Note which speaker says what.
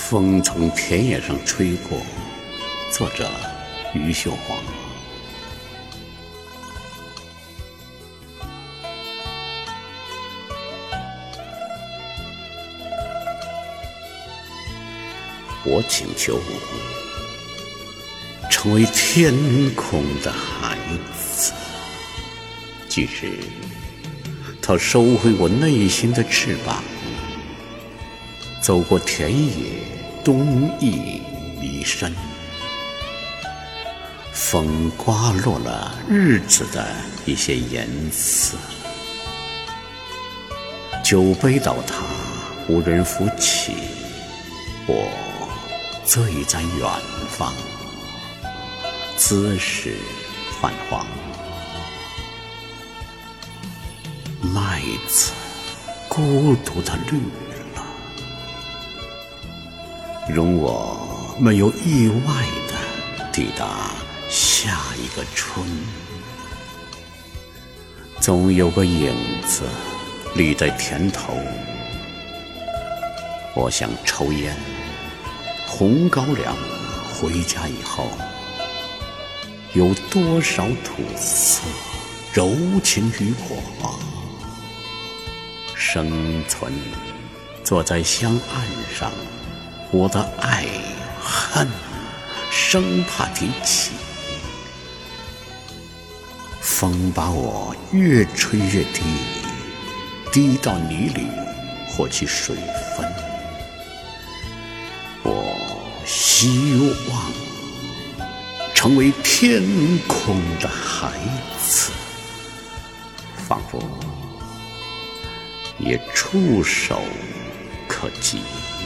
Speaker 1: 风从田野上吹过，作者余秀华。我请求成为天空的孩子，即使他收回我内心的翅膀，走过田野，东熠弥深，风刮落了日子的一些颜色，酒杯倒塌，无人扶起，我醉在远方，姿势泛黄。麦子孤独地绿了，容我没有意外地抵达下一个春。总有个影子立在田头，我想抽烟，红高粱回家以后，有多少土色柔情于我？生存坐在香案上，我的爱恨生怕提起，风把我越吹越低，低到泥里或起水分。我希望成为天空的孩子，仿佛也触手可及。